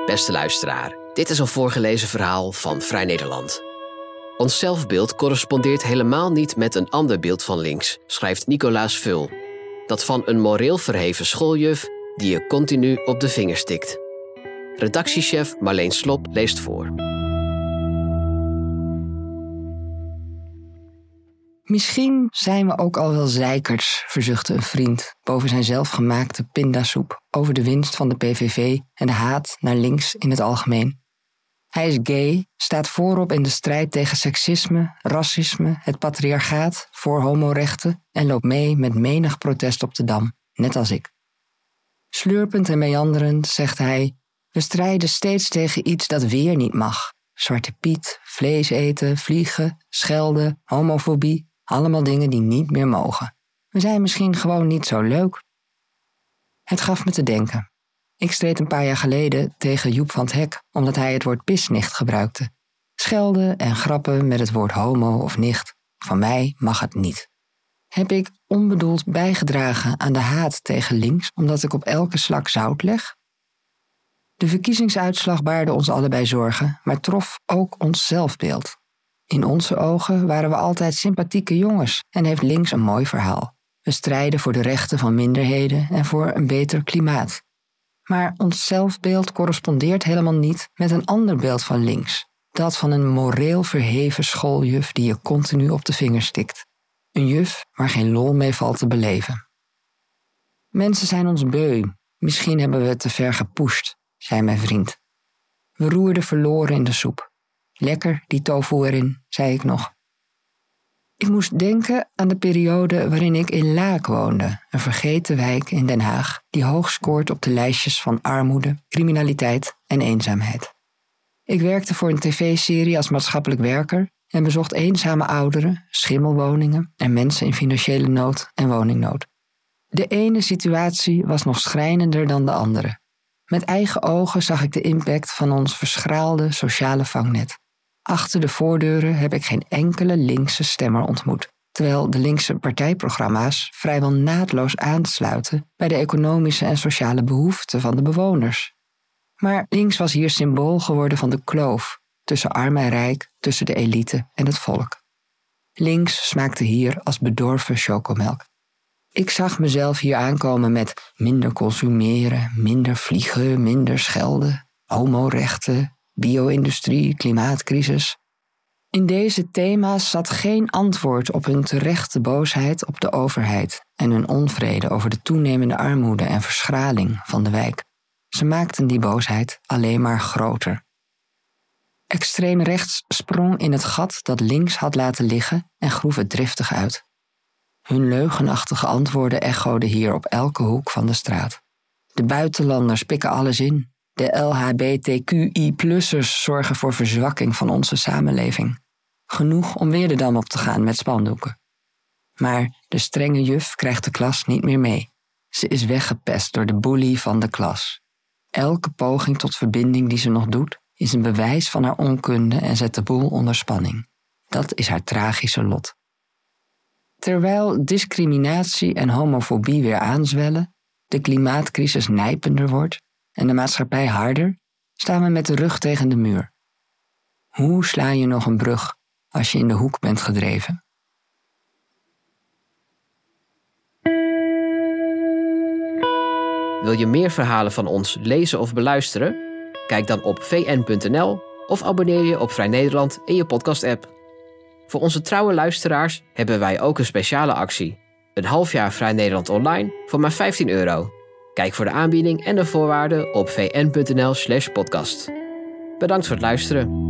Beste luisteraar, dit is een voorgelezen verhaal van Vrij Nederland. Ons zelfbeeld correspondeert helemaal niet met een ander beeld van links, schrijft Nicolaas Vul. Dat van een moreel verheven schooljuf die je continu op de vingers tikt. Redactiechef Marleen Slop leest voor. Misschien zijn we ook al wel zeikerds, verzuchtte een vriend boven zijn zelfgemaakte pindasoep over de winst van de PVV en de haat naar links in het algemeen. Hij is gay, staat voorop in de strijd tegen seksisme, racisme, het patriarchaat, voor homorechten en loopt mee met menig protest op de Dam, net als ik. Slurpend en meanderend zegt hij: we strijden steeds tegen iets dat weer niet mag. Zwarte Piet, vlees eten, vliegen, schelden, homofobie. Allemaal dingen die niet meer mogen. We zijn misschien gewoon niet zo leuk. Het gaf me te denken. Ik streed een paar jaar geleden tegen Joep van 't Hek omdat hij het woord pisnicht gebruikte. Schelden en grappen met het woord homo of nicht. Van mij mag het niet. Heb ik onbedoeld bijgedragen aan de haat tegen links omdat ik op elke slak zout leg? De verkiezingsuitslag baarde ons allebei zorgen, maar trof ook ons zelfbeeld. In onze ogen waren we altijd sympathieke jongens en heeft links een mooi verhaal. We strijden voor de rechten van minderheden en voor een beter klimaat. Maar ons zelfbeeld correspondeert helemaal niet met een ander beeld van links. Dat van een moreel verheven schooljuf die je continu op de vingers tikt. Een juf waar geen lol mee valt te beleven. Mensen zijn ons beu. Misschien hebben we het te ver gepusht, zei mijn vriend. We roerden verloren in de soep. Lekker, die tofu erin, zei ik nog. Ik moest denken aan de periode waarin ik in Laak woonde, een vergeten wijk in Den Haag, die hoog scoort op de lijstjes van armoede, criminaliteit en eenzaamheid. Ik werkte voor een tv-serie als maatschappelijk werker en bezocht eenzame ouderen, schimmelwoningen en mensen in financiële nood en woningnood. De ene situatie was nog schrijnender dan de andere. Met eigen ogen zag ik de impact van ons verschraalde sociale vangnet. Achter de voordeuren heb ik geen enkele linkse stemmer ontmoet, terwijl de linkse partijprogramma's vrijwel naadloos aansluiten bij de economische en sociale behoeften van de bewoners. Maar links was hier symbool geworden van de kloof tussen arm en rijk, tussen de elite en het volk. Links smaakte hier als bedorven chocomelk. Ik zag mezelf hier aankomen met minder consumeren, minder vliegen, minder schelden, homorechten, bio-industrie, klimaatcrisis. In deze thema's zat geen antwoord op hun terechte boosheid op de overheid en hun onvrede over de toenemende armoede en verschraling van de wijk. Ze maakten die boosheid alleen maar groter. Extreem rechts sprong in het gat dat links had laten liggen en groef het driftig uit. Hun leugenachtige antwoorden echoden hier op elke hoek van de straat. De buitenlanders pikken alles in. De LHBTQI+'ers zorgen voor verzwakking van onze samenleving. Genoeg om weer de Dam op te gaan met spandoeken. Maar de strenge juf krijgt de klas niet meer mee. Ze is weggepest door de bully van de klas. Elke poging tot verbinding die ze nog doet, is een bewijs van haar onkunde en zet de boel onder spanning. Dat is haar tragische lot. Terwijl discriminatie en homofobie weer aanzwellen, de klimaatcrisis nijpender wordt en de maatschappij harder, staan we met de rug tegen de muur. Hoe sla je nog een brug als je in de hoek bent gedreven? Wil je meer verhalen van ons lezen of beluisteren? Kijk dan op vn.nl of abonneer je op Vrij Nederland in je podcast-app. Voor onze trouwe luisteraars hebben wij ook een speciale actie. Een half jaar Vrij Nederland online voor maar €15. Kijk voor de aanbieding en de voorwaarden op vn.nl/podcast. Bedankt voor het luisteren.